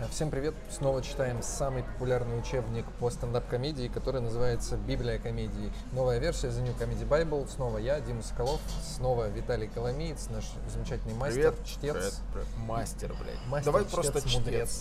Всем привет! Снова читаем самый популярный учебник по стендап-комедии, который называется «Библия комедии». Новая версия The New Comedy Bible. Снова я, Дима Соколов, снова Виталий Коломиец, наш замечательный мастер, привет, чтец. Привет. Мастер, блядь. Мастер, Давай чтец, просто чтец. мудрец.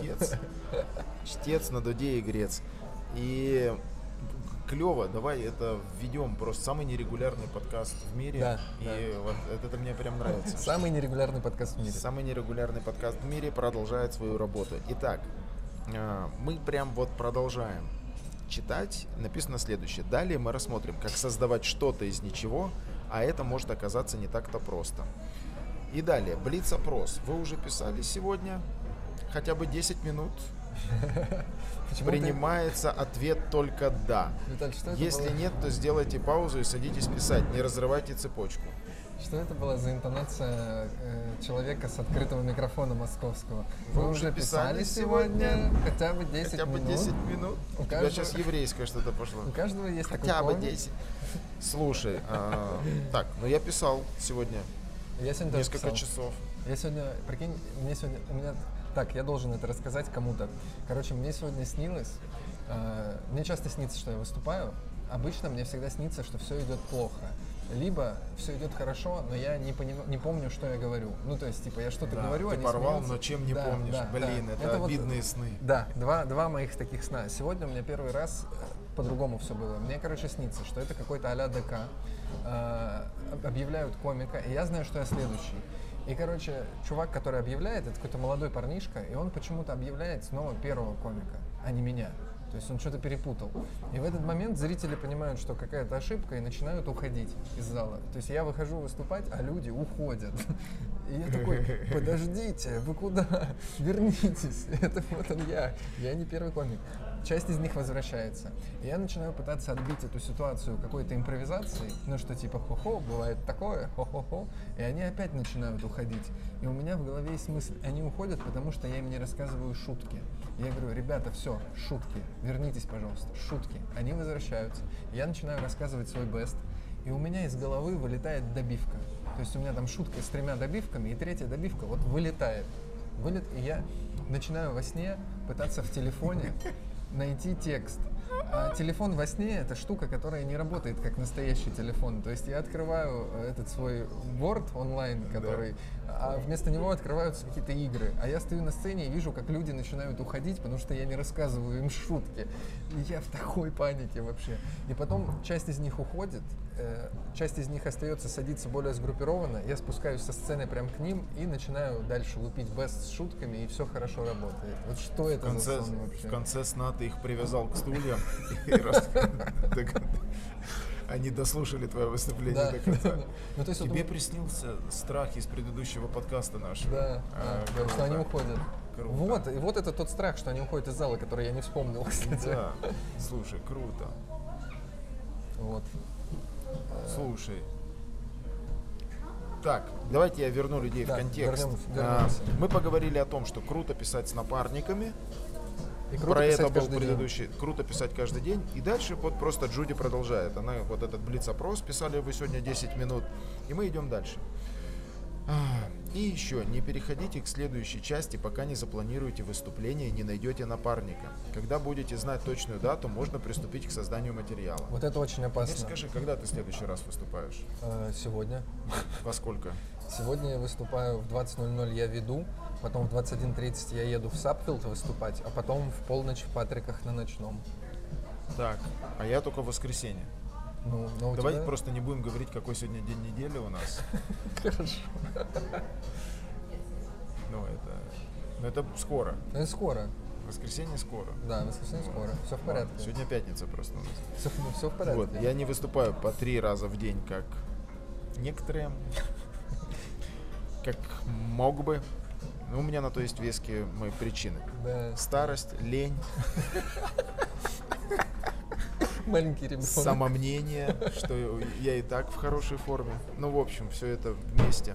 Чтец на дуде и грец. И клево, давай это введем. Просто самый нерегулярный подкаст в мире. Да, и вот это мне прям нравится. Самый нерегулярный подкаст в мире. Самый нерегулярный подкаст в мире продолжает свою работу. Итак, мы прям вот продолжаем читать. Написано следующее. Далее мы рассмотрим, как создавать что-то из ничего, а это может оказаться не так-то просто. И далее, блиц-опрос. Вы уже писали сегодня хотя бы 10 минут? Принимается ответ только «да». Виталь, что это Если было? нет, то сделайте паузу и садитесь писать. Не разрывайте цепочку. Что это была за интонация человека с открытого микрофона московского? Вы уже писали сегодня хотя бы 10 хотя бы минут. 10 минут? У У тебя каждого- сейчас еврейское что-то пошло. У каждого есть Хотя такой бы комик. 10. Слушай, так, ну я писал сегодня Я сегодня тоже несколько писал. часов. Я сегодня, прикинь, у меня, так, я должен это рассказать кому-то. Короче, мне сегодня снилось, мне часто снится, что я выступаю. Обычно мне всегда снится, что все идет плохо. Либо все идет хорошо, но я не помню, что я говорю. Ну, то есть, типа, я что-то Да, говорю, ты они порвал, смеются. но чем не Да, помнишь. да, Блин, да. это вот, обидные сны. Да, два моих таких сна. Сегодня у меня первый раз по-другому все было. Мне, короче, снится, что это какой-то а-ля ДК. Объявляют комика, и я знаю, что я следующий. И, короче, чувак, который объявляет, это какой-то молодой парнишка, и он почему-то объявляет снова первого комика, а не меня. То есть он что-то перепутал. И в этот момент зрители понимают, что какая-то ошибка, и начинают уходить из зала. То есть я выхожу выступать, а люди уходят. И я такой: подождите, вы куда? Вернитесь. Это вот он я не первый комик. Часть из них возвращается. И я начинаю пытаться отбить эту ситуацию какой-то импровизацией, ну что типа хо-хо, бывает такое, хо-хо-хо, и они опять начинают уходить. И у меня в голове есть мысль, они уходят, потому что я им не рассказываю шутки. Я говорю: ребята, все, шутки, вернитесь, пожалуйста, шутки. Они возвращаются. Я начинаю рассказывать свой бест, и у меня из головы вылетает добивка. То есть у меня там шутка с 3 добивками, и 3-я добивка вот вылетает. И я начинаю во сне пытаться в телефоне найти текст. А телефон во сне — это штука, которая не работает как настоящий телефон. То есть я открываю этот свой Word онлайн, который, а вместо него открываются какие-то игры. А я стою на сцене и вижу, как люди начинают уходить, потому что я не рассказываю им шутки. И я в такой панике вообще. И потом часть из них уходит, часть из них остается, садится более сгруппированно. Я спускаюсь со сцены прям к ним и начинаю дальше лупить бест с шутками, и все хорошо работает. Вот что это за сон вообще? В конце сна ты их привязал к стульям, и они дослушали твое выступление до конца. Ну, то есть Тебе приснился страх из предыдущего подкаста нашего. Да, что они уходят. Круто. Вот, и вот это тот страх, что они уходят из зала, который я не вспомнил, кстати. Да, слушай, круто. Вот. Слушай. Так, давайте я верну людей Да, в контекст. вернемся. Мы поговорили о том, что круто писать с напарниками. И круто Про писать это был каждый день. предыдущий. Круто писать каждый день. И дальше вот просто Джуди продолжает. Она вот этот блиц-опрос, писали вы сегодня 10 минут. И мы идем дальше. И еще, не переходите к следующей части, пока не запланируете выступление и не найдете напарника. Когда будете знать точную дату, можно приступить к созданию материала. Вот это очень Теперь опасно. скажи, когда ты в следующий раз выступаешь? Сегодня. Во сколько? Сегодня я выступаю в 20:00, я веду, потом в 21:30 я еду в Сапфилд выступать, а потом в полночь в Патриках на ночном. Так, а я только в воскресенье. Ну, но у Давайте тебя- просто не будем говорить, какой сегодня день недели у нас. Хорошо. Ну это скоро. Ну, это скоро. Воскресенье скоро. Да, воскресенье скоро. Все в порядке. Сегодня пятница просто у нас. Все в порядке. Вот, я не выступаю по 3 раза в день, как некоторые, как мог бы. Но у меня на то есть веские мои причины. Да. Старость, лень, Маленький ребенок. самомнение, что я и так в хорошей форме. Ну, в общем, все это вместе.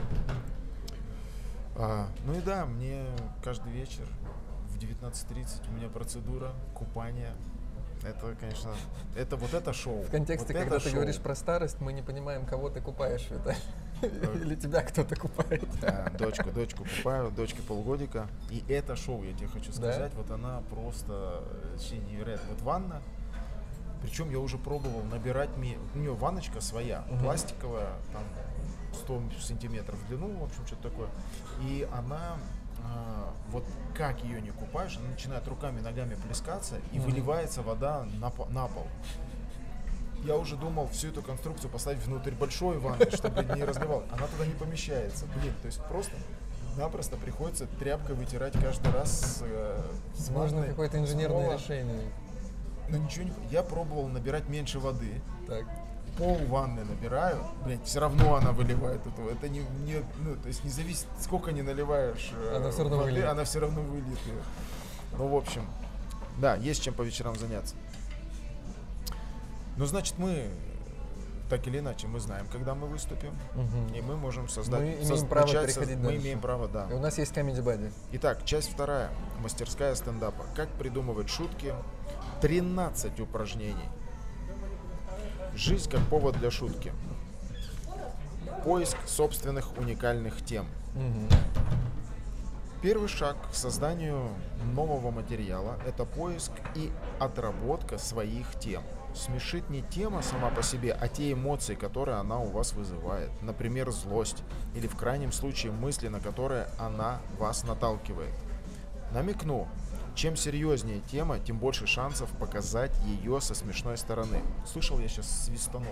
Ну и да, мне каждый вечер в 19:30 у меня процедура купания. Это, конечно, это вот это шоу. В контексте, Вот когда это ты шоу. говоришь про старость, мы не понимаем, кого ты купаешь, Виталий. Или тебя кто-то купает? Да, дочку купаю, дочке полгодика. И это шоу, я тебе хочу сказать, вот она просто невероятно. Вот ванна, причем я уже пробовал набирать, у нее ванночка своя, пластиковая, там 100 сантиметров в длину, в общем, что-то такое. И она, вот как ее не купаешь, она начинает руками, ногами плескаться, и выливается вода на пол. Я уже думал всю эту конструкцию поставить внутрь большой ванны, чтобы не разливал. Она туда не помещается. Блин, то есть просто-напросто приходится тряпкой вытирать каждый раз с Можно ванной, какое-то инженерное снова. решение. Но ничего не... Я пробовал набирать меньше воды. Так. Пол ванны набираю, блядь, все равно она выливает эту. Это то есть не зависит, сколько не наливаешь Она все равно воды, выльет. она все равно выльет ее. Ну, в общем, да, есть чем по вечерам заняться. Ну, значит, мы, так или иначе, мы знаем, когда мы выступим, и мы можем создать... Мы имеем право начать переходить Мы дальше. имеем право, да. И у нас есть Comedy Buddy. Итак, часть вторая. Мастерская стендапа. Как придумывать шутки. 13 упражнений. Жизнь как повод для шутки. Поиск собственных уникальных тем. Первый шаг к созданию нового материала – это поиск и отработка своих тем. Смешит не тема сама по себе, а те эмоции, которые она у вас вызывает. Например, злость или в крайнем случае мысли, на которые она вас наталкивает. Намекну, чем серьезнее тема, тем больше шансов показать ее со смешной стороны. Слышал, я сейчас свистанул.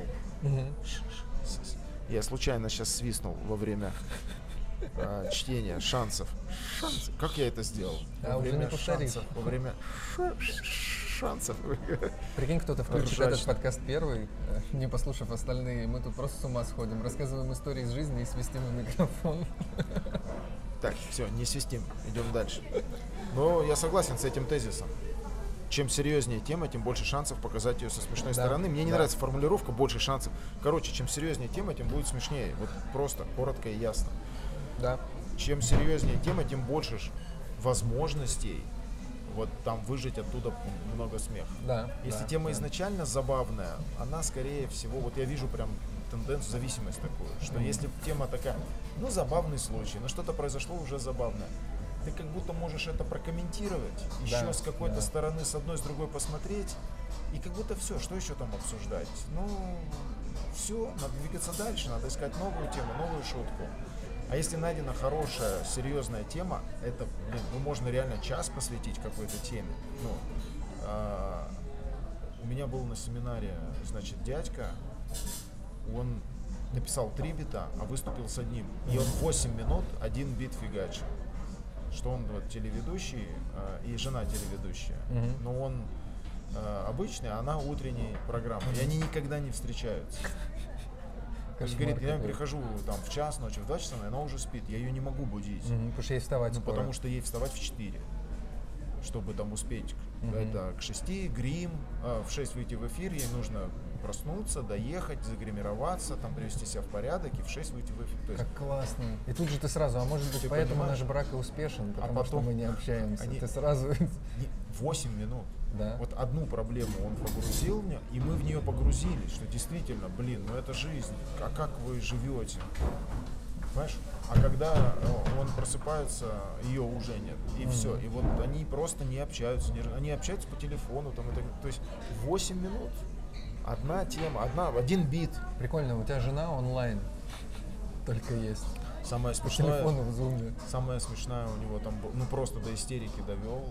Я случайно сейчас свистнул во время чтения шансов. Как я это сделал? А уже не повторишь. Во время шансов. Прикинь, кто-то включит Ржачно. этот подкаст первый, не послушав остальные. Мы тут просто с ума сходим, рассказываем истории из жизни и свистим в микрофон. Так, все, не свистим, идем дальше. Но я согласен с этим тезисом. Чем серьезнее тема, тем больше шансов показать ее со смешной стороны. Мне не нравится формулировка «больше шансов». Короче, чем серьезнее тема, тем будет смешнее. Вот просто, коротко и ясно. Да. Чем серьезнее тема, тем больше возможностей вот там выжить оттуда много смеха. Да. Если да, тема да. изначально забавная, она скорее всего, вот я вижу прям тенденцию, зависимость такую, что если тема такая, ну забавный случай, но что-то произошло уже забавное, ты как будто можешь это прокомментировать, еще с какой-то стороны, с одной, с другой посмотреть, и как будто все, что еще там обсуждать? Ну, все, надо двигаться дальше, надо искать новую тему, новую шутку. А если найдена хорошая, серьезная тема, это, можно реально час посвятить какой-то теме. У меня был на семинаре, значит, дядька, он написал 3 бита, а выступил с одним. И он 8 минут один бит фигачил. Что он вот телеведущий, и жена телеведущая. Но он обычный, а она утренней программы. И они никогда не встречаются. То есть, говорит, я прихожу там в час ночи, в 2 часа, она уже спит, я ее не могу будить. Потому что ей вставать скоро. Потому что ей вставать в 4, чтобы там успеть это, к 6, грим, в 6 выйти в эфир, ей нужно проснуться, доехать, загримироваться, там привести себя в порядок и в 6 выйти в эфир. То есть, как классно. И тут же ты сразу, а может быть, ты поэтому понимаешь? наш брак и успешен, потому потом что мы не общаемся. они- Ты сразу... 8 минут. Да. Вот одну проблему он погрузил мне, и мы в нее погрузились, что действительно, блин, ну это жизнь, а как вы живете? Понимаешь? А когда он просыпается, ее уже нет, и все. И вот они просто не общаются, они общаются по телефону, там, и так, то есть 8 минут, одна тема, один бит. Прикольно, у тебя жена онлайн только есть. Самое По смешное, телефону в зуме. самое смешное у него там, ну просто до истерики довел.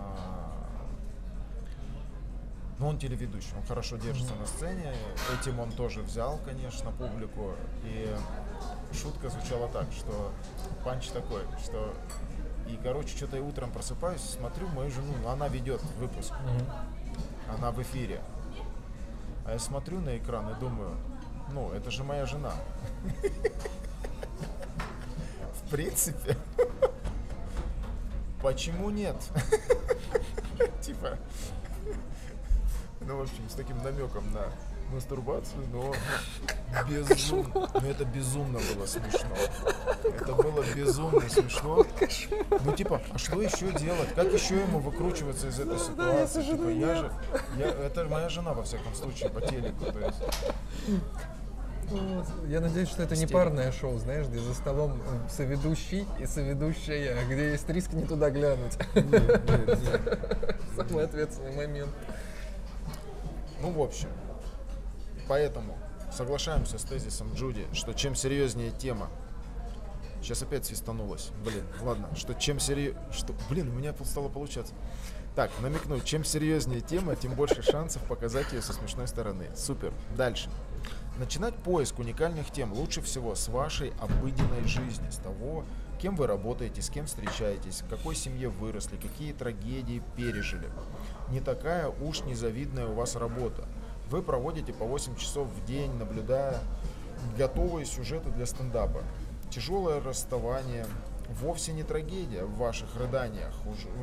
Но он телеведущий, он хорошо держится на сцене, этим он тоже взял, конечно, публику. И шутка звучала так, что панч такой, что... И, короче, что-то я утром просыпаюсь, смотрю мою жену, она ведет выпуск, она в эфире. А я смотрю на экран и думаю, ну, это же моя жена. В принципе, почему нет? Типа... Ну, в общем, с таким намеком на мастурбацию, но безумно. Но это безумно было смешно. Это было безумно смешно. Ну, типа, а что еще делать? Как еще ему выкручиваться из этой ситуации? Типа, это моя жена, во всяком случае, по телеку. То есть. Ну, я надеюсь, что это не Стиль. парное шоу, знаешь, где за столом соведущий и соведущая, где есть риск не туда глянуть. Нет. Самый ответственный момент. Ну, в общем, поэтому соглашаемся с тезисом Джуди, что чем серьезнее тема, сейчас опять свистанулось, ладно, что чем серьезнее, у меня тут стало получаться. Так, намекну, чем серьезнее тема, тем больше шансов показать ее со смешной стороны. Супер. Дальше. Начинать поиск уникальных тем лучше всего с вашей обыденной жизни, с того, кем вы работаете, с кем встречаетесь, в какой семье выросли, какие трагедии пережили. Не такая уж незавидная у вас работа. Вы проводите по 8 часов в день, наблюдая готовые сюжеты для стендапа. Тяжелое расставание вовсе не трагедия в ваших рыданиях.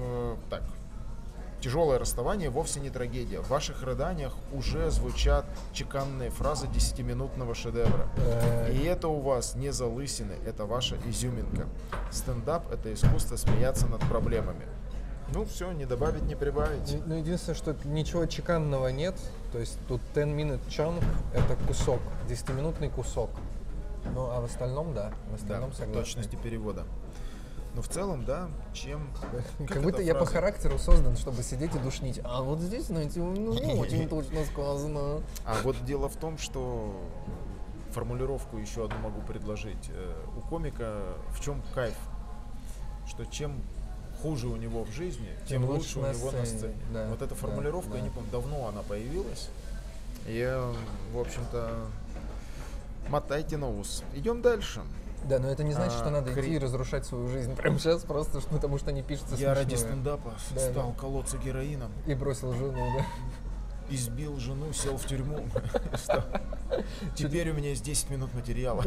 Тяжелое расставание вовсе не трагедия. В ваших рыданиях уже звучат чеканные фразы 10-минутного шедевра. И это у вас не залысины, это ваша изюминка. Стендап — это искусство смеяться над проблемами. Ну все, не добавить, не прибавить. Ну, единственное, что ничего чеканного нет. То есть тут 10-minute chunk — это кусок, 10-минутный кусок. Ну, а в остальном, да, в остальном согласен. Точности перевода. Но в целом, да, чем... Как будто я по характеру создан, чтобы сидеть и душнить. А вот здесь, знаете, не очень точно сказано. А вот дело в том, что формулировку еще одну могу предложить. У комика в чем кайф? Что чем хуже у него в жизни, тем лучше у него на сцене. Да, вот эта формулировка, я не помню, давно она появилась. Я, в общем-то, мотайте на ус. Идем дальше. Да, но это не значит, что надо идти и разрушать свою жизнь прямо сейчас, просто потому что не пишется смешное. Я ради стендапа стал колоться героином. И бросил жену, да. Избил жену, сел в тюрьму. Теперь у меня есть 10 минут материала.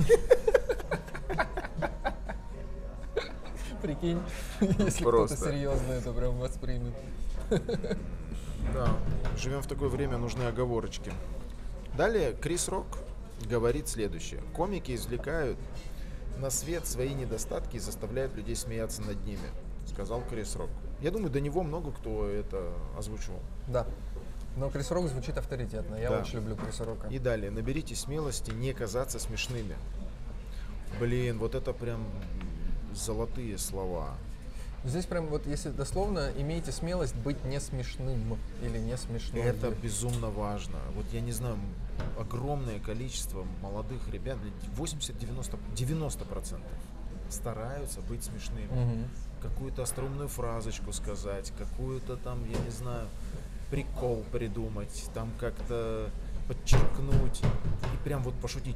Прикинь, если кто-то серьезно это прям воспримет. Да, живем в такое время, нужны оговорочки. Далее Крис Рок говорит следующее. Комики извлекают на свет свои недостатки и заставляют людей смеяться над ними, сказал Крис Рок. Я думаю, до него много кто это озвучивал. Да. Но Крис Рок звучит авторитетно. Я очень люблю Криса Рока. И далее. Наберите смелости не казаться смешными. Блин, вот это прям золотые слова. Здесь прям вот, если дословно, имейте смелость быть не смешным или не смешным. Это безумно важно. Вот я не знаю, огромное количество молодых ребят, 80-90% стараются быть смешными. Угу. Какую-то остроумную фразочку сказать, какую-то там, я не знаю, прикол придумать, там как-то подчеркнуть и прям вот пошутить.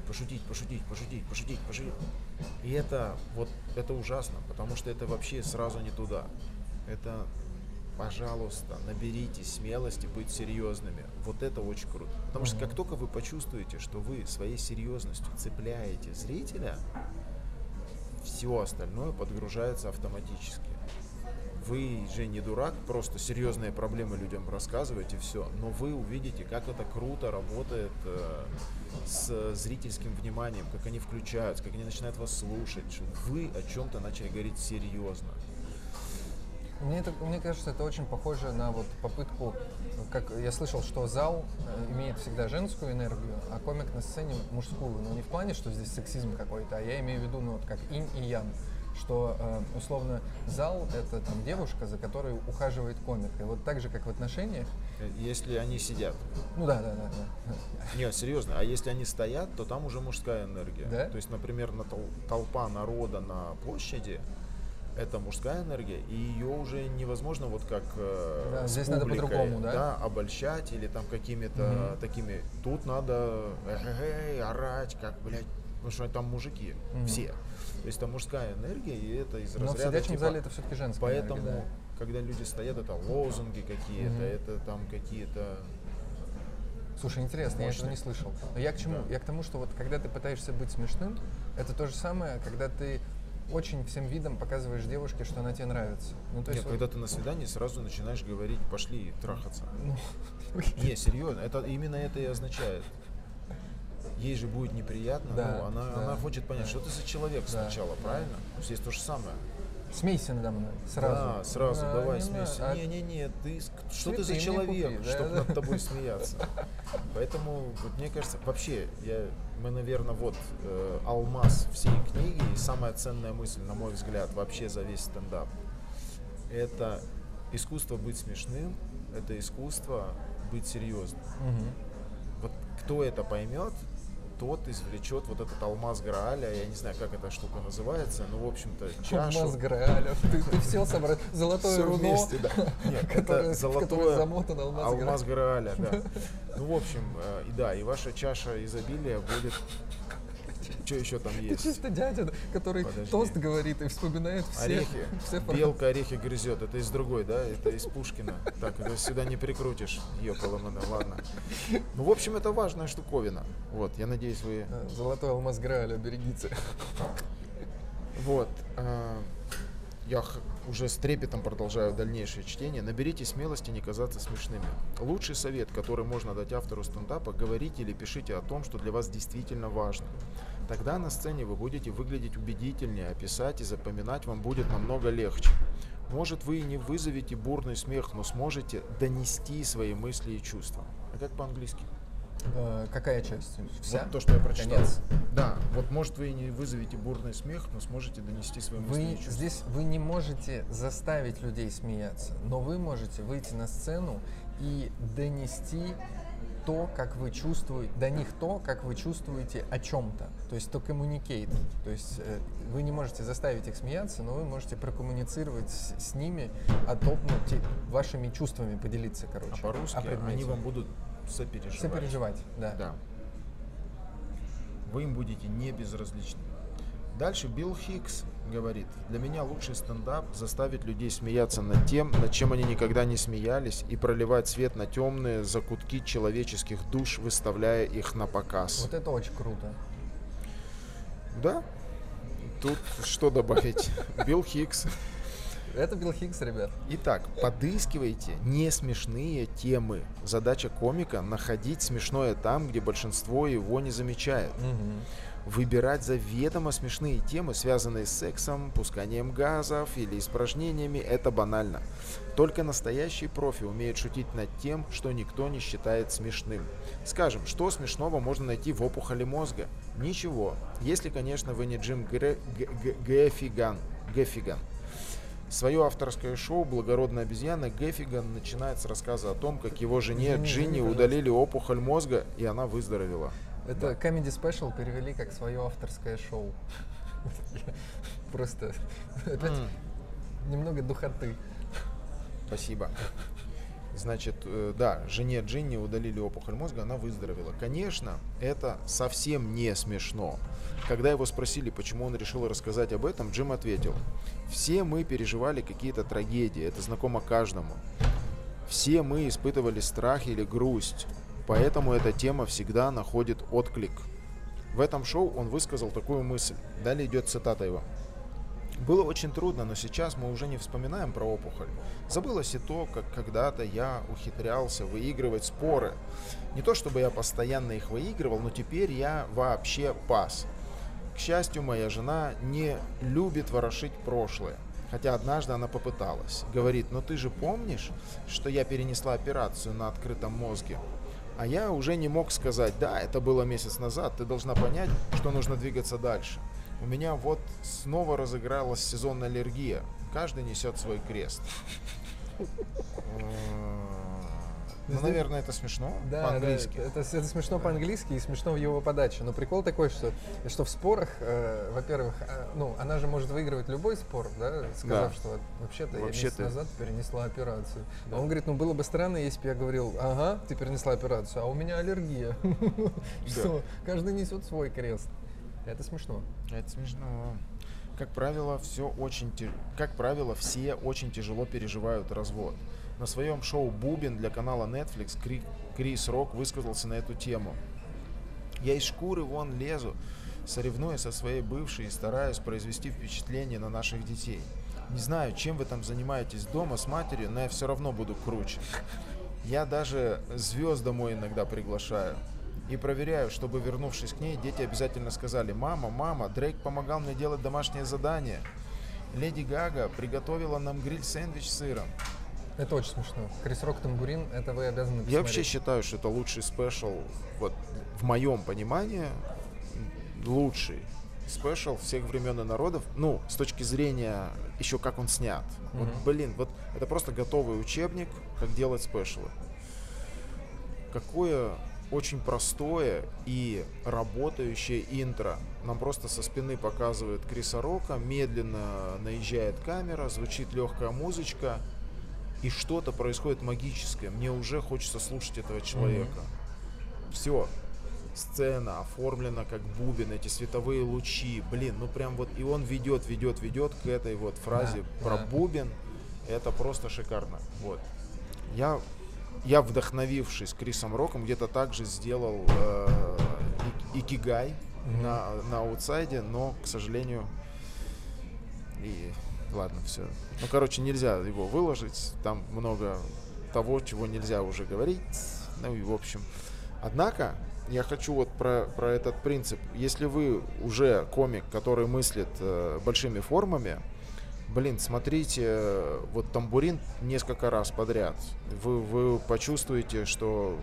И это ужасно, потому что это вообще сразу не туда. Это, пожалуйста, наберитесь смелости быть серьезными. Вот это очень круто. Потому что как только вы почувствуете, что вы своей серьезностью цепляете зрителя, все остальное подгружается автоматически. Вы же не дурак, просто серьезные проблемы людям рассказываете, все. Но вы увидите, как это круто работает с зрительским вниманием, как они включаются, как они начинают вас слушать, что вы о чем-то начали говорить серьезно. Мне кажется, это очень похоже на вот попытку, как я слышал, что зал имеет всегда женскую энергию, а комик на сцене мужскую. Но не в плане, что здесь сексизм какой-то, а я имею в виду, ну вот как инь и ян. Что, условно, зал — это там девушка, за которой ухаживает комик. И вот так же, как в отношениях. Если они сидят. Ну да. Нет, серьезно, а если они стоят, то там уже мужская энергия. Да? То есть, например, толпа народа на площади — это мужская энергия, и ее уже невозможно вот как да, с здесь публикой, надо по-другому, да? Обольщать или там какими-то такими. Тут надо орать, как, блядь, потому что там мужики, все. То есть это мужская энергия, и это из разряда. Но в сидячем зале это все-таки женская поэтому, энергия, да. Когда люди стоят, это лозунги какие-то, это там какие-то. Слушай, интересно, я этого не слышал. Но я к чему? Да. Я к тому, что вот когда ты пытаешься быть смешным, это то же самое, когда ты очень всем видом показываешь девушке, что она тебе нравится. Ну, то есть когда ты на свидании сразу начинаешь говорить, пошли трахаться. Не, серьезно, именно это и означает. Ей же будет неприятно, она хочет понять, что ты за человек сначала, правильно? Здесь то же самое. Смейся надо мной сразу. Да, сразу, Да, давай не смейся. надо. Не-не-не, что ты Цветы за мне человек, купи, да, чтобы да. над тобой смеяться? Поэтому, вот, мне кажется, вообще, мы, наверное, алмаз всей книги и самая ценная мысль, на мой взгляд, вообще за весь стендап. Это искусство быть смешным, это искусство быть серьезным. Мгм. Вот кто это поймет, тот извлечет вот этот алмаз Грааля, я не знаю, как эта штука называется, но, в общем-то, чашу. Алмаз Грааля. Ты все собрал. Золотое Всё руно, вместе, да. Нет, которое- это в которое золотое замотан алмаз Грааля. Грааля, да. Ну, в общем, и ваша чаша изобилия будет... Что еще там Ты есть? чисто дядя, который Подожди. тост говорит и вспоминает все Орехи. фразы. Белка орехи грызет. Это из другой, да? Это из Пушкина. Так, это сюда не прикрутишь. Ёпаломана, ладно. Ну, в общем, это важная штуковина. Вот, я надеюсь, вы... Золотой алмаз Грааля, берегите. Вот. Уже с трепетом продолжаю дальнейшее чтение. Наберите смелости не казаться смешными. Лучший совет, который можно дать автору стендапа: говорите или пишите о том, что для вас действительно важно. Тогда на сцене вы будете выглядеть убедительнее, а писать и запоминать вам будет намного легче. Может, вы и не вызовете бурный смех, но сможете донести свои мысли и чувства. А как по-английски? Какая часть? Вся? Вот то, что я прочитал. Конец. Да, вот может вы и не вызовете бурный смех, но сможете донести свои мысли и чувства. Здесь вы не можете заставить людей смеяться, но вы можете выйти на сцену и донести то, как вы чувствуете, до них то, как вы чувствуете о чем-то. То есть to communicate. То есть вы не можете заставить их смеяться, но вы можете прокоммуницировать с ними о том, вашими чувствами поделиться, короче. А по-русски о предмете. они вам будут сопереживать. Сопереживать, да. Да. Вы им будете не безразличны. Дальше Билл Хикс говорит: для меня лучший стендап заставить людей смеяться над тем, над чем они никогда не смеялись, и проливать свет на темные закутки человеческих душ, выставляя их на показ. Вот это очень круто. Да? Тут что добавить? Билл Хикс. Это Билл Хикс, ребят. Итак, подыскивайте не смешные темы. Задача комика — находить смешное там, где большинство его не замечает. Выбирать заведомо смешные темы, связанные с сексом, пусканием газов или испражнениями, это банально. Только настоящий профи умеет шутить над тем, что никто не считает смешным. Скажем, что смешного можно найти в опухоли мозга? Ничего, если, конечно, вы не Джим Гэффиган. Свое авторское шоу «Благородная обезьяна» Гэффиган начинает с рассказа о том, как его жене Джинни удалили опухоль мозга, и она выздоровела. Это Comedy Special перевели как свое авторское шоу. Просто опять немного духоты. Спасибо. Значит, да, жене Джинни удалили опухоль мозга, она выздоровела. Конечно, это совсем не смешно. Когда его спросили, почему он решил рассказать об этом, Джим ответил: все мы переживали какие-то трагедии, это знакомо каждому. Все мы испытывали страх или грусть, поэтому эта тема всегда находит отклик. В этом шоу он высказал такую мысль. Далее идет цитата его. Было очень трудно, но сейчас мы уже не вспоминаем про опухоль. Забылось и то, как когда-то я ухитрялся выигрывать споры. Не то чтобы я постоянно их выигрывал, но теперь я вообще пас. К счастью, моя жена не любит ворошить прошлое. Хотя однажды она попыталась. Говорит: но ты же помнишь, что я перенесла операцию на открытом мозге? А я уже не мог сказать: да, это было месяц назад, ты должна понять, что нужно двигаться дальше. У меня вот снова разыгралась сезонная аллергия. Каждый несет свой крест. Ну, наверное, это смешно Да, по-английски. да, это смешно по-английски и смешно в его подаче. Но прикол такой, что в спорах, во-первых, она же может выигрывать любой спор, да, сказав, Да. что вообще-то я Вообще-то- месяц назад перенесла операцию. Да. А он говорит: было бы странно, если бы я говорил: ага, ты перенесла операцию, а у меня аллергия. Что? Каждый несет свой крест. Это смешно. Это смешно. Как правило, все очень тяжело переживают развод. На своем шоу «Бубен» для канала Netflix Крис Рок высказался на эту тему. «Я из шкуры вон лезу, соревнуясь со своей бывшей и стараюсь произвести впечатление на наших детей. Не знаю, чем вы там занимаетесь дома с матерью, но я все равно буду круче. Я даже звезд домой иногда приглашаю. И проверяю, чтобы, вернувшись к ней, дети обязательно сказали: мама, Дрейк помогал мне делать домашнее задание. Леди Гага приготовила нам гриль-сэндвич с сыром. Это очень смешно. Крис Рок Тамбурин, это вы обязаны посмотреть. Я вообще считаю, что это лучший спешл, вот в моем понимании, лучший спешл всех времен и народов, ну, с точки зрения еще как он снят. Вот, блин, вот это просто готовый учебник, как делать спешлы. Какое очень простое и работающее интро. Нам просто со спины показывает Криса Рока, медленно наезжает камера, звучит легкая музычка, и что-то происходит магическое. Мне уже хочется слушать этого человека. Все. Сцена оформлена как бубен, эти световые лучи. Блин, ну прям вот и он ведет к этой вот фразе про бубен. Это просто шикарно. Вот. Я вдохновившись Крисом Роком, где-то так же сделал икигай на аутсайде, но, к сожалению, и ладно, все. Ну, короче, нельзя его выложить, там много того, чего нельзя уже говорить. Ну и в общем. Однако, я хочу вот про этот принцип. Если вы уже комик, который мыслит большими формами, блин, смотрите вот Тамбурин несколько раз подряд. Вы почувствуете, что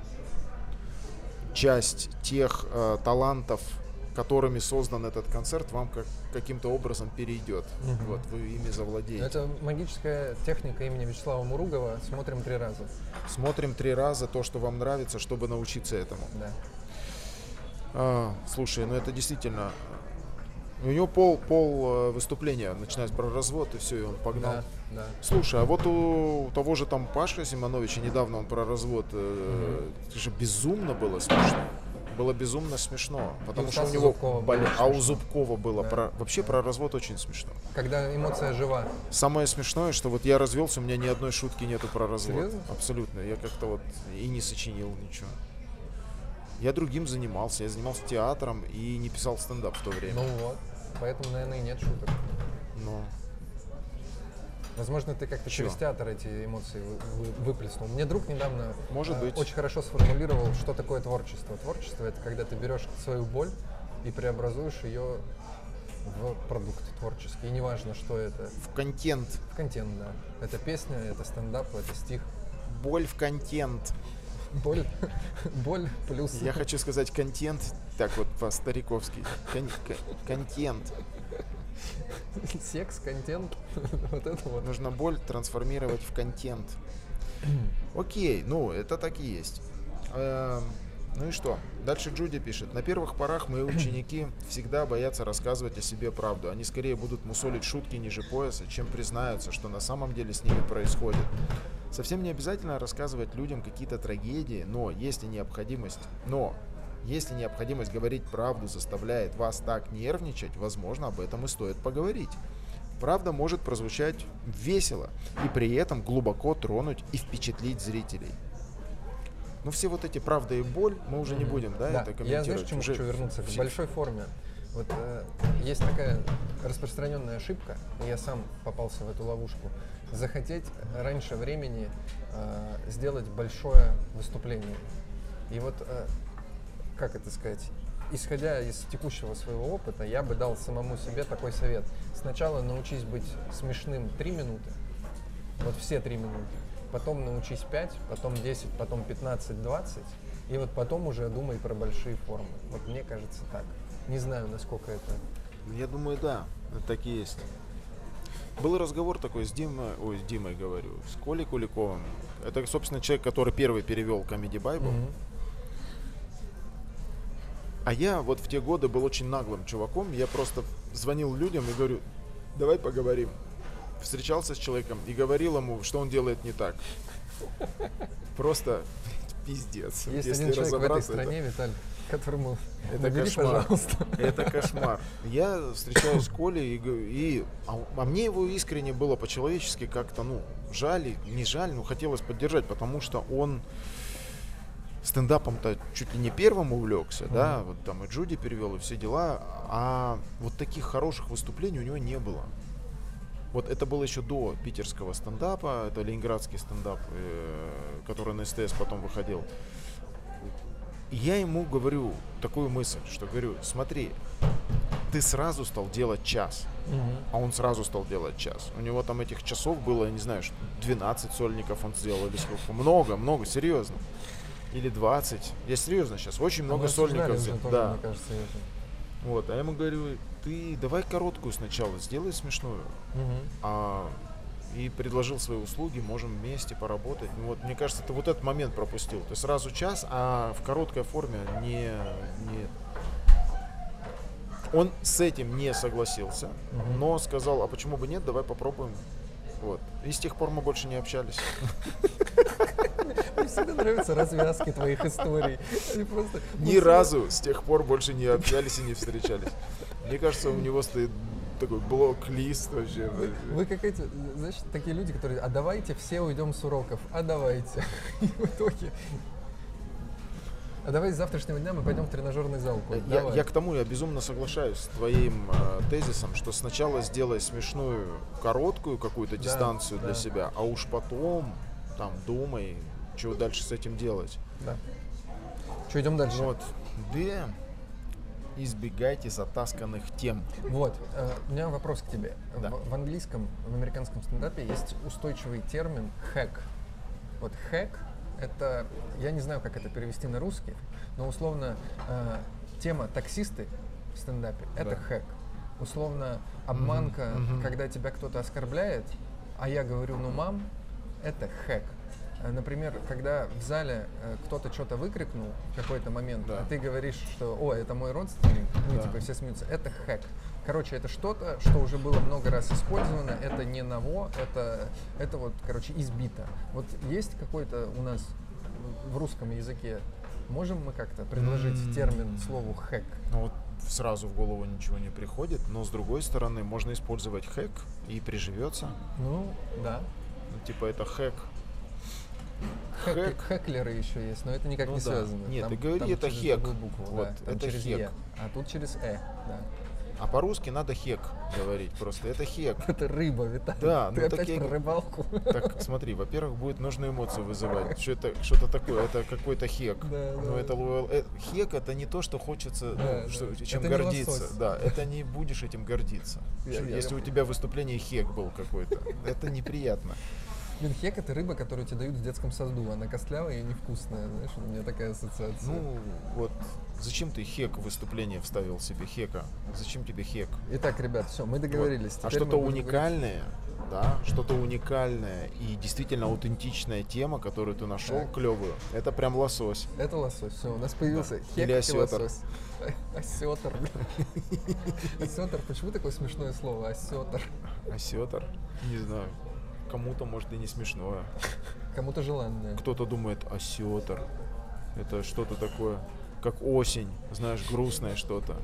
часть тех талантов, которыми создан этот концерт, вам каким-то образом перейдет. Вот, вы ими завладеете. Это магическая техника имени Вячеслава Муругова. Смотрим 3 раза. Смотрим 3 раза то, что вам нравится, чтобы научиться этому. Да. Слушай, ну это действительно... У него пол выступления, начинается про развод, и все, и он погнал. Да. Слушай, а вот у того же там Пашка Симоновича недавно он про развод, это же безумно было смешно. Было безумно смешно, потому что у него у Зубкова было вообще про развод очень смешно. Когда эмоция жива. Самое смешное, что вот я развелся, у меня ни одной шутки нету про развод. Серьезно? Абсолютно. Я как-то вот и не сочинил ничего. Я другим занимался. Я занимался театром и не писал стендап в то время. Ну вот. Поэтому, наверное, и нет шуток. Но. Возможно, ты как-то через театр эти эмоции выплеснул. Мне друг недавно Может быть. очень хорошо сформулировал, что такое творчество. Творчество — это когда ты берешь свою боль и преобразуешь ее в продукт творческий. И неважно, что это. В контент. В контент, да. Это песня, это стендап, это стих. Боль в контент. Боль плюс. Я хочу сказать контент, так вот по-стариковски. Контент. Секс, контент. Вот это вот. Нужно боль трансформировать в контент. Окей, ну это так и есть. Ну и что? Дальше Джуди пишет. На первых порах мои ученики всегда боятся рассказывать о себе правду. Они скорее будут мусолить шутки ниже пояса, чем признаются, что на самом деле с ними происходит. Совсем не обязательно рассказывать людям какие-то трагедии, но если необходимость говорить правду заставляет вас так нервничать, возможно, об этом и стоит поговорить. Правда может прозвучать весело и при этом глубоко тронуть и впечатлить зрителей. Ну, все вот эти правда и боль, мы уже не будем, это комментировать. Я, знаешь, к чему хочу вернуться? К большой форме. Вот есть такая распространенная ошибка, и я сам попался в эту ловушку. Захотеть раньше времени сделать большое выступление. И вот, как это сказать, исходя из текущего своего опыта, я бы дал самому себе такой совет. Сначала научись быть смешным 3 минуты, вот все 3 минуты. Потом научись 5, потом 10, потом 15, 20. И вот потом уже думай про большие формы. Вот мне кажется так. Не знаю, насколько это... Я думаю, да, это так и есть. Был разговор такой с Димой говорю, с Колей Куликовым. Это, собственно, человек, который первый перевел Comedy Bible. А я вот в те годы был очень наглым чуваком. Я просто звонил людям и говорю, давай поговорим. Встречался с человеком и говорил ему, что он делает не так. Просто пиздец. Есть один человек в этой стране, Виталий, которому набери, пожалуйста. Это кошмар. Я встречаюсь с Колей а мне его искренне было по-человечески как-то, жаль, не жаль, но хотелось поддержать, потому что он стендапом-то чуть ли не первым увлекся, да, вот там и Джуди перевел, и все дела, а вот таких хороших выступлений у него не было. Вот это было еще до питерского стендапа, это ленинградский стендап, который на СТС потом выходил. И я ему говорю такую мысль, что говорю, смотри, ты сразу стал делать час. А он сразу стал делать час. У него там этих часов было, я не знаю, 12 сольников он сделал или сколько. Много, серьезно. Или 20. Я серьезно сейчас, очень много сольников сделал. Да. Мне кажется, это. Вот, а я ему говорю, ты давай короткую сначала, сделай смешную. И предложил свои услуги, можем вместе поработать. Ну, вот, мне кажется, ты вот этот момент пропустил. Ты сразу час, а в короткой форме не... Он с этим не согласился, но сказал, а почему бы нет, давай попробуем. Вот. И с тех пор мы больше не общались. Мне всегда нравятся развязки твоих историй. Ни разу с тех пор больше не общались и не встречались. Мне кажется, у него стоит такой блок-лист вообще. Вы как эти, знаешь, такие люди, которые, а давайте все уйдем с уроков, а давайте. И в итоге, а давай с завтрашнего дня мы пойдем в тренажерный зал. Я к тому, я безумно соглашаюсь с твоим тезисом, что сначала сделай смешную, короткую какую-то дистанцию для себя, а уж потом там думай, что дальше с этим делать. Да. Что, идем дальше? Вот. Да. Избегайте затасканных тем. Вот, у меня вопрос к тебе. Да. В английском, в американском стендапе есть устойчивый термин «хэк». Вот «хэк» — это, я не знаю, как это перевести на русский, но условно тема «таксисты» в стендапе — это хэк. Условно обманка, когда тебя кто-то оскорбляет, а я говорю «ну, мам», это хэк. Например, когда в зале кто-то что-то выкрикнул в какой-то момент, а ты говоришь, что «О, это мой родственник», типа все смеются, это хэк. Короче, это что-то, что уже было много раз использовано, это не ново, это вот, короче, избито. Вот есть какой-то у нас в русском языке, можем мы как-то предложить термин слову «хэк»? Ну вот сразу в голову ничего не приходит, но с другой стороны, можно использовать хэк и приживется. Ну, да. Ну, типа это хэк. Хэклеры еще есть, но это никак не связано. Нет, там, ты говори, там это через хэк. Букву, Вот, да, это через хэк. «е», а тут через «э». Да. А по-русски надо хек говорить, просто это хек. Это рыба, Виталий. Да, ты ну опять такие... про рыбалку. Так, смотри, во-первых, будет нужную эмоцию вызывать. Что-то такое, это какой-то хек. Да, но это хек это не то, что хочется, чем это гордиться. Да, это не будешь этим гордиться. Если у тебя выступление хек был какой-то, это неприятно. Блин, хек — это рыба, которую тебе дают в детском саду. Она костлявая и невкусная, знаешь, у меня такая ассоциация. Ну, вот, зачем ты хек в выступление вставил себе, хека? Зачем тебе хек? Итак, ребят, все, мы договорились. Вот. А что-то уникальное, да, что-то уникальное и действительно аутентичная тема, которую ты нашел, клевую, это прям лосось. Это лосось, все, у нас появился хек или и лосось. Осетр. Осетр, почему такое смешное слово, осетр? Осетр? Не знаю. Кому-то, может, и не смешное. Кому-то желанное. Кто-то думает, осетр. Это что-то такое, как осень, знаешь, грустное что-то.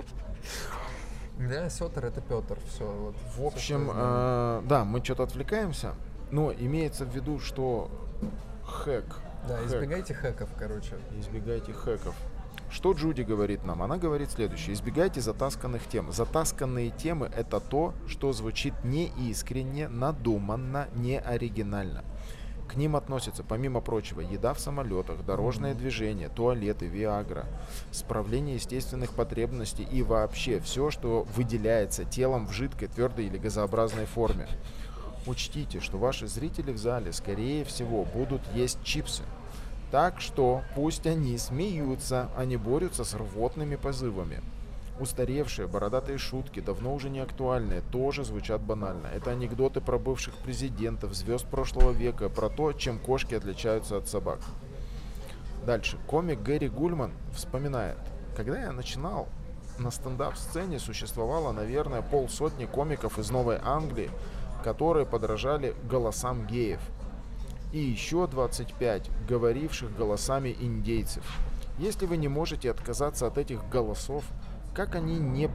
Да, осетр — это Петр. Все. Вот, в общем, да, мы что-то отвлекаемся, но имеется в виду, что хэк. Да, избегайте хэков, короче. Избегайте хэков. Что Джуди говорит нам? Она говорит следующее. Избегайте затасканных тем. Затасканные темы — это то, что звучит неискренне, надуманно, не оригинально. К ним относятся, помимо прочего, еда в самолетах, дорожное движение, туалеты, виагра, справление естественных потребностей и вообще все, что выделяется телом в жидкой, твердой или газообразной форме. Учтите, что ваши зрители в зале, скорее всего, будут есть чипсы. Так что пусть они смеются, а не борются с рвотными позывами. Устаревшие бородатые шутки, давно уже не актуальные, тоже звучат банально. Это анекдоты про бывших президентов, звезд прошлого века, про то, чем кошки отличаются от собак. Дальше. Комик Гэри Гульман вспоминает. Когда я начинал, на стендап-сцене существовало, наверное, 50 комиков из Новой Англии, которые подражали голосам геев. И еще 25 говоривших голосами индейцев. Если вы не можете отказаться от этих голосов, как от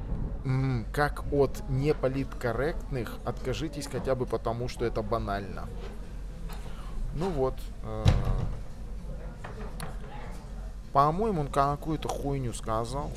неполиткорректных, откажитесь хотя бы потому, что это банально. Ну вот. По-моему, он какую-то хуйню сказал.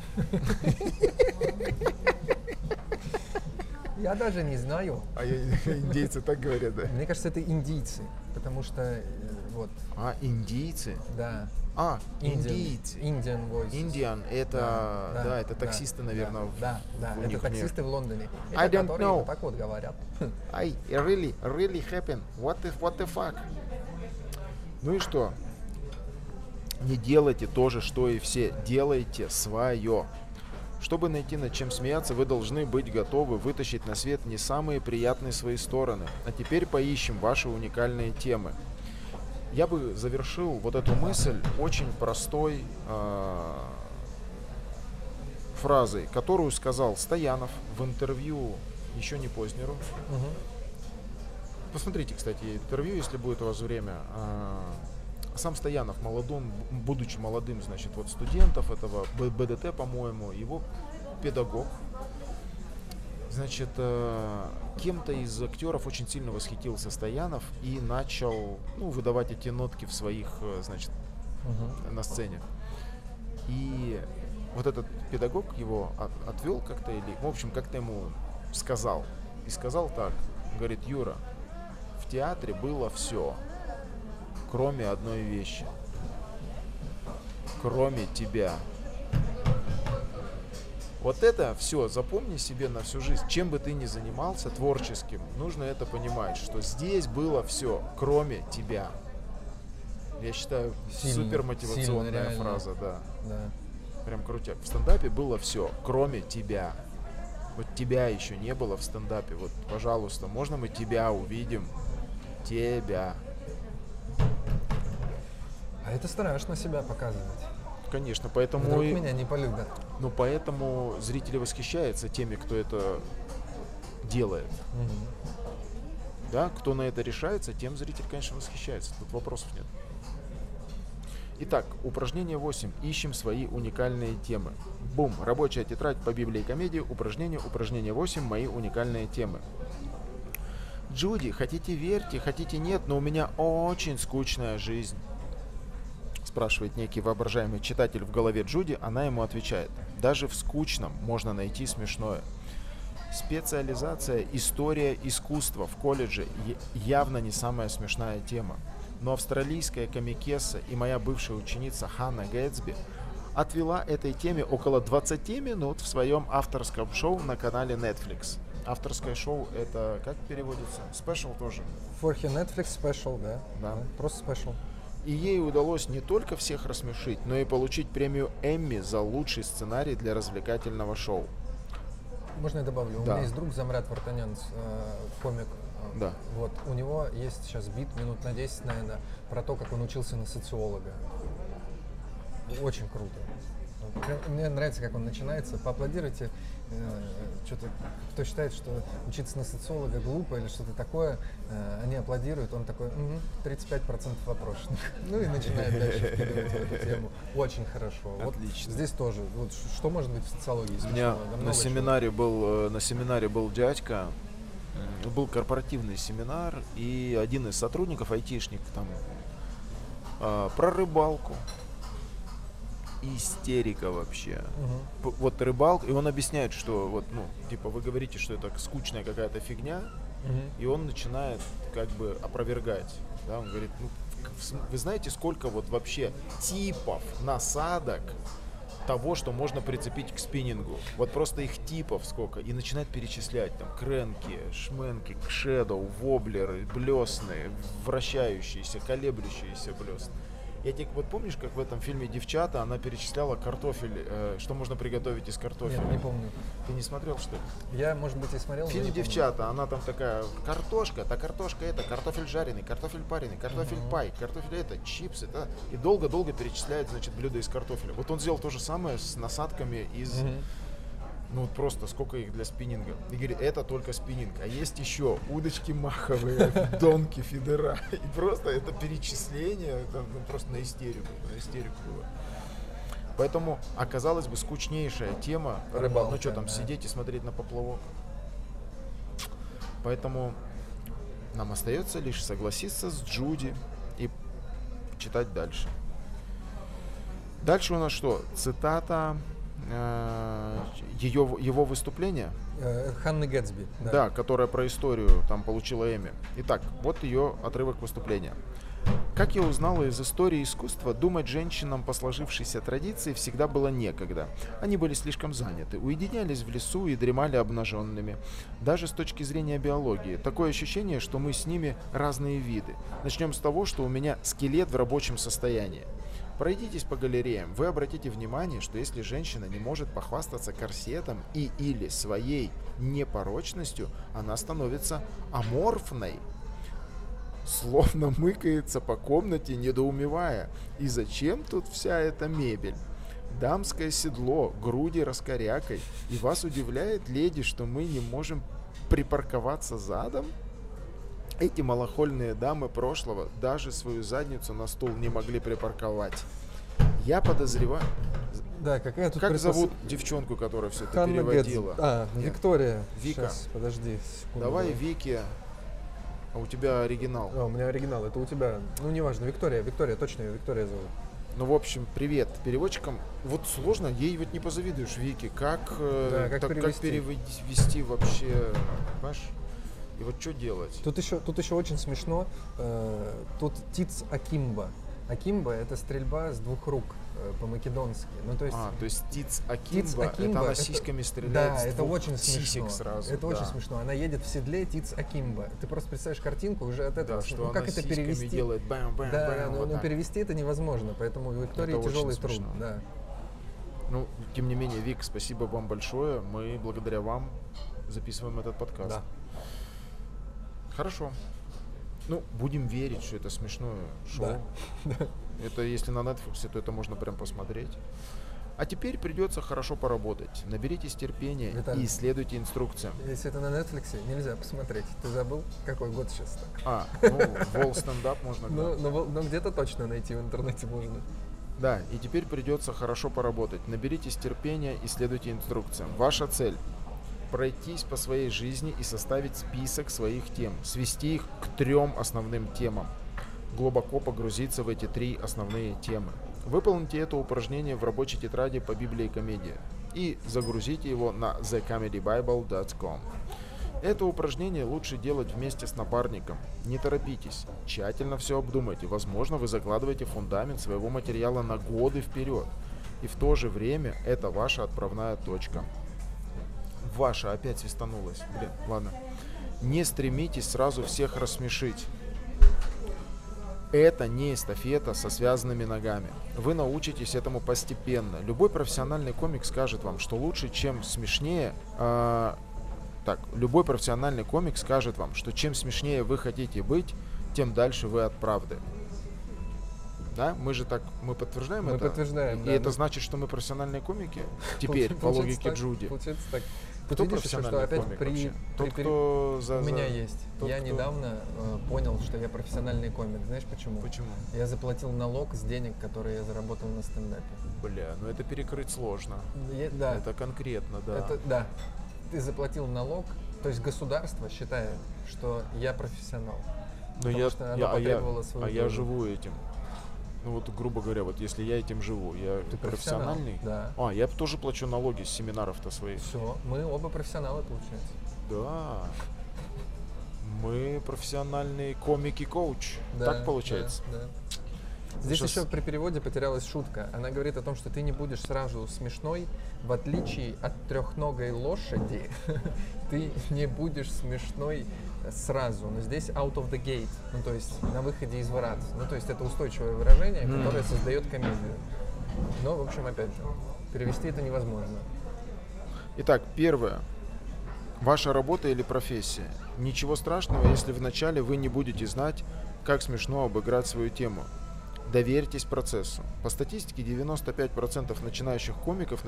Я даже не знаю. А индейцы так говорят, да? Мне кажется, это индийцы, потому что Вот, А, индийцы? да. Индийцы. Indian Voices. Indian, это, да, это таксисты, наверное, Да, у это них таксисты в Лондоне. I Это don't которые know. вот так вот говорят. I really happen. What the fuck? Ну и что? Не делайте то же, что и все. Делайте свое. Чтобы найти над чем смеяться, вы должны быть готовы вытащить на свет не самые приятные свои стороны. А теперь поищем ваши уникальные темы. Я бы завершил вот эту мысль очень простой фразой, которую сказал Стоянов в интервью еще не Познеру. Посмотрите, кстати, интервью, если будет у вас время. Сам Стоянов, будучи молодым, значит, вот студентов этого БДТ, по-моему, его педагог, значит, кем-то из актеров очень сильно восхитился Стоянов и начал, выдавать эти нотки в своих, значит, на сцене. И вот этот педагог его отвел как-то, или, в общем, как-то ему сказал. И сказал так, говорит: Юра, в театре было все, кроме одной вещи. Кроме тебя. Вот это все запомни себе на всю жизнь. Чем бы ты ни занимался творческим, нужно это понимать, что здесь было все, кроме тебя. Я считаю, супер мотивационная фраза, да. Прям крутяк. В стендапе было все, кроме тебя. Вот тебя еще не было в стендапе. Вот, пожалуйста, можно мы тебя увидим? Тебя. А это страшно себя показывать. Конечно, поэтому... Вдруг меня не полюбят. Ну, поэтому зрители восхищаются теми, кто это делает. Да, кто на это решается, тем зритель, конечно, восхищается. Тут вопросов нет. Итак, упражнение 8. Ищем свои уникальные темы. Бум. Рабочая тетрадь по Библии и комедии. Упражнение 8. Мои уникальные темы. Джуди, хотите верьте, хотите нет, но у меня очень скучная жизнь. Спрашивает некий воображаемый читатель в голове Джуди, она ему отвечает: даже в скучном можно найти смешное. Специализация история искусства в колледже явно не самая смешная тема. Но австралийская комикесса и моя бывшая ученица Ханна Гэтсби отвела этой теме около 20 минут в своем авторском шоу на канале Netflix. Авторское шоу — это как переводится? Special тоже. For her Netflix special, да? Да. Просто special. И ей удалось не только всех рассмешить, но и получить премию Эмми за лучший сценарий для развлекательного шоу. Можно я добавлю? Да. У меня есть друг Замрат Вартанян, комик. Да. Вот, у него есть сейчас бит, минут на 10, наверное, про то, как он учился на социолога. Очень круто. Мне нравится, как он начинается. Поаплодируйте. Что-то, кто считает, что учиться на социолога глупо или что-то такое, они аплодируют, он такой: 35% опрошенных. Ну и начинает дальше вкидывать в эту тему. Очень хорошо. Отлично. Вот здесь тоже. Вот что может быть в социологии? У меня на семинаре был дядька, был корпоративный семинар, и один из сотрудников, айтишник, там про рыбалку. Истерика вообще. Вот рыбалка, и он объясняет, что вот, вы говорите, что это скучная какая-то фигня, и он начинает как бы опровергать. Да? Он говорит: вы знаете, сколько вот вообще типов насадок того, что можно прицепить к спиннингу? Вот просто их типов сколько. И начинает перечислять там кренки, шменки, шэдоу, воблеры, блесны, вращающиеся, колеблющиеся блесны. Я тебе, вот помнишь, как в этом фильме «Девчата» она перечисляла картофель, что можно приготовить из картофеля? Нет, не помню. Ты не смотрел, что ли? Я, может быть, и смотрел. В фильме «Девчата» она там такая: картошка это, картофель жареный, картофель пареный, картофель пай, картофель это, чипсы, это. И долго-долго перечисляет, значит, блюда из картофеля. Вот он сделал то же самое с насадками из... вот просто сколько их для спиннинга. И говорит: это только спиннинг. А есть еще удочки маховые, донки, фидера. И просто это перечисление, это просто на истерику было. Поэтому оказалась бы скучнейшая тема рыбалка. Ну что там, сидеть и смотреть на поплавок. Поэтому нам остается лишь согласиться с Джуди и читать дальше. Дальше у нас что? Цитата его выступление, Ханны Гэтсби. да, которая про историю там получила Эмми. Итак, вот ее отрывок выступления. Как я узнала из истории искусства, думать женщинам по сложившейся традиции всегда было некогда. Они были слишком заняты, уединялись в лесу и дремали обнаженными. Даже с точки зрения биологии. Такое ощущение, что мы с ними разные виды. Начнем с того, что у меня скелет в рабочем состоянии. Пройдитесь по галереям, вы обратите внимание, что если женщина не может похвастаться корсетом и или своей непорочностью, она становится аморфной. Словно мыкается по комнате, недоумевая. И зачем тут вся эта мебель? Дамское седло, груди раскорякой. И вас удивляет, леди, что мы не можем припарковаться задом? Эти малохольные дамы прошлого даже свою задницу на стул не могли припарковать. Я подозреваю... Да, какая тут Как зовут девчонку, которая все это Ханна переводила? Гэтсби. Нет. Виктория. Вика. Сейчас, подожди секунду. Давай, Вики. А у тебя оригинал. У меня оригинал, это у тебя. Ну, неважно, Виктория, точно ее Виктория зовут. Ну, в общем, привет переводчикам. Вот сложно, ей вот не позавидуешь, Вики. Как перевести вообще, понимаешь? И вот что делать? Тут еще очень смешно. Тут Тиц Акимба. Акимба — это стрельба с двух рук по-македонски. Ну, то есть Тиц Акимба, это она сиськами стреляет. Да, с это двух очень сисек смешно. сразу. Это очень смешно. Она едет в седле Тиц Акимба. Ты просто представляешь картинку уже от этого. Да, что ну, она как это сиськами перевести? делает бам-бам-бам. Да, вот но так. перевести это невозможно, поэтому у Виктории Это тяжелый очень труд. смешно. Да. Ну, тем не менее, Вик, спасибо вам большое. Мы благодаря вам записываем этот подкаст. Да. Хорошо. Ну, будем верить, что это смешное шоу. Да. Это если на Netflix, то это можно прям посмотреть. А теперь придется хорошо поработать. Наберитесь терпения Виталий, и следуйте инструкциям. Если это на Netflix, нельзя посмотреть. Ты забыл, какой год сейчас так? Вол стендап можно. Но где-то точно найти в интернете можно. Да, и теперь придется хорошо поработать. Наберитесь терпения и следуйте инструкциям. Ваша цель — пройтись по своей жизни и составить список своих тем, свести их к 3 основным темам, глубоко погрузиться в эти 3 основные темы. Выполните это упражнение в рабочей тетради по Библии и комедии и загрузите его на thecomedybible.com. Это упражнение лучше делать вместе с напарником. Не торопитесь, тщательно все обдумайте. Возможно, вы закладываете фундамент своего материала на годы вперед. И в то же время это ваша отправная точка. Ваша опять свистанулась. Ладно. Не стремитесь сразу всех рассмешить. Это не эстафета со связанными ногами. Вы научитесь этому постепенно. Любой профессиональный комик скажет вам, что лучше, чем смешнее... любой профессиональный комик скажет вам, что чем смешнее вы хотите быть, тем дальше вы от правды. Да? Мы подтверждаем это? Мы подтверждаем, И да. это значит, что мы профессиональные комики? Теперь, по логике Джуди. Получается так. Кто Видишь, профессиональный что опять комик вообще? Тот, кто У меня есть. Я кто- недавно понял, что я профессиональный комик. Знаешь почему? Почему? Я заплатил налог с денег, которые я заработал на стендапе. Бля, ну это перекрыть сложно. Да. Это конкретно, да. Да. Ты заплатил налог, то есть государство считает, что я профессионал. Но потому что оно потребовало свою я долю. живу этим. Ну вот, грубо говоря, вот если я этим живу, я Ты профессиональный? Да. Я тоже плачу налоги с семинаров-то своих. Все, мы оба профессионалы, получается. Да. Мы профессиональные комики-коуч. Да, Так получается? Да. Здесь Сейчас- еще при переводе потерялась шутка. Она говорит о том, что ты не будешь сразу смешной, в отличие от трехногой лошади. Ты не будешь смешной сразу. Но здесь out of the gate, ну то есть на выходе из ворот. Ну то есть это устойчивое выражение, которое создает комедию. Но, в общем, опять же, перевести это невозможно. Итак, первое. Ваша работа или профессия. Ничего страшного, если вначале вы не будете знать, как смешно обыграть свою тему. Доверьтесь процессу. По статистике 95% начинающих комиков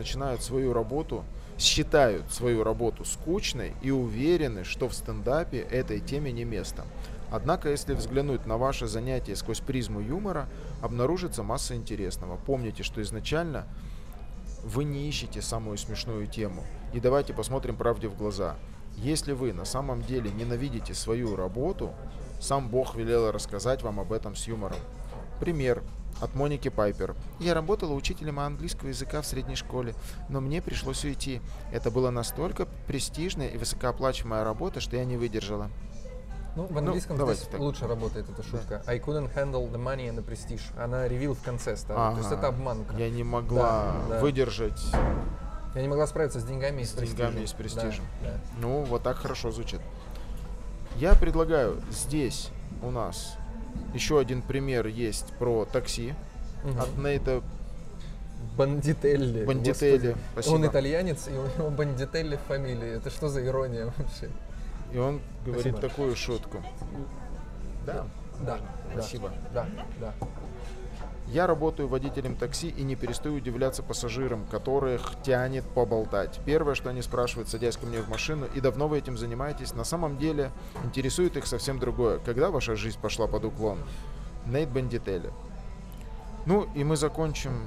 считают свою работу скучной и уверены, что в стендапе этой теме не место. Однако, если взглянуть на ваше занятие сквозь призму юмора, обнаружится масса интересного. Помните, что изначально вы не ищете самую смешную тему. И давайте посмотрим правде в глаза. Если вы на самом деле ненавидите свою работу, сам Бог велел рассказать вам об этом с юмором. Пример. От Моники Пайпер. Я работала учителем английского языка в средней школе, но мне пришлось уйти. Это была настолько престижная и высокооплачиваемая работа, что я не выдержала. Ну, в английском давайте здесь так. лучше работает эта шутка. I couldn't handle the money and the prestige. Она ревил в конце ставит. То есть это обманка. Я не могла Да. выдержать Я не могла справиться с деньгами и с деньгами и с престижем. Да. Ну, вот так хорошо звучит. Я предлагаю здесь у нас еще один пример есть про такси от Нейта Бандителли. Бандителли. Господи. Спасибо. Он итальянец, и у него Бандителли в фамилии. Это что за ирония вообще? И он говорит Спасибо. такую шутку. Да. Да. Спасибо. Да. Я работаю водителем такси и не перестаю удивляться пассажирам, которых тянет поболтать. Первое, что они спрашивают, садясь ко мне в машину, и давно вы этим занимаетесь, на самом деле интересует их совсем другое. Когда ваша жизнь пошла под уклон? Нейт Бандителли. Ну и мы закончим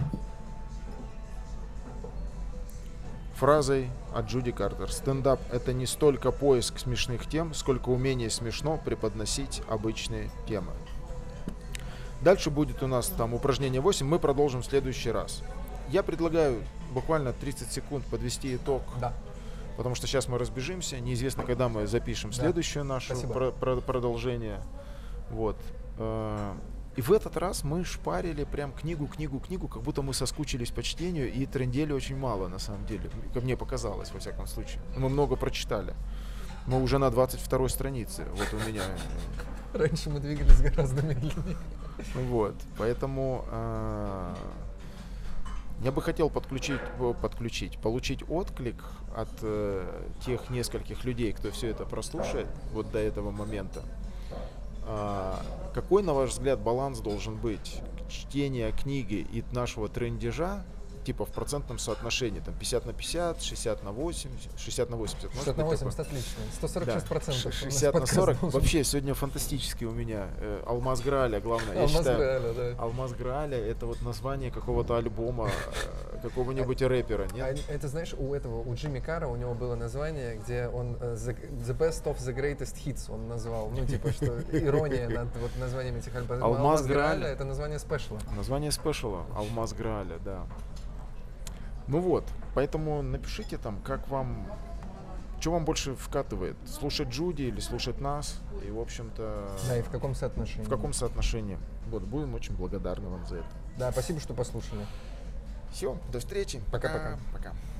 фразой от Джуди Картер. Стендап — это не столько поиск смешных тем, сколько умение смешно преподносить обычные темы. Дальше будет у нас там упражнение 8, мы продолжим в следующий раз. Я предлагаю буквально 30 секунд подвести итог, Да. потому что сейчас мы разбежимся, неизвестно, когда мы запишем следующее наше Спасибо. продолжение. Вот. И в этот раз мы шпарили прям книгу, как будто мы соскучились по чтению и трындели очень мало, на самом деле. Как мне показалось, во всяком случае. Мы много прочитали. Мы уже на 22-й странице. Вот у меня. Раньше мы двигались гораздо медленнее. Вот. Поэтому я бы хотел получить отклик от тех нескольких людей, кто все это прослушает вот до этого момента. Какой, на ваш взгляд, баланс должен быть чтения книги и нашего трындежа, типа в процентном соотношении, там 50 на 50, 60 на 80, 60 на 80. 60 на 80 отлично. 146%. 60 на 40. Вообще сегодня фантастически у меня. Алмаз Грааля, главное. Я Алмаз считаю, Грааля, да. Алмаз Грааля — это вот название какого-то альбома какого-нибудь рэпера, нет? Это, знаешь, у Джимми Карра у него было название, где он the best of the greatest hits он назвал. Ну, типа, что ирония над вот названием этих альбомов. Алмаз Грааля — это название спешла. Название спешала. Алмаз Грааля, да. Ну вот, поэтому напишите там, как вам, что вам больше вкатывает, слушать Джуди или слушать нас, и, в общем-то, Да, и в каком соотношении. в каком соотношении. Вот, будем очень благодарны вам за это. Да, спасибо, что послушали. Все, до встречи. Пока-пока. Пока.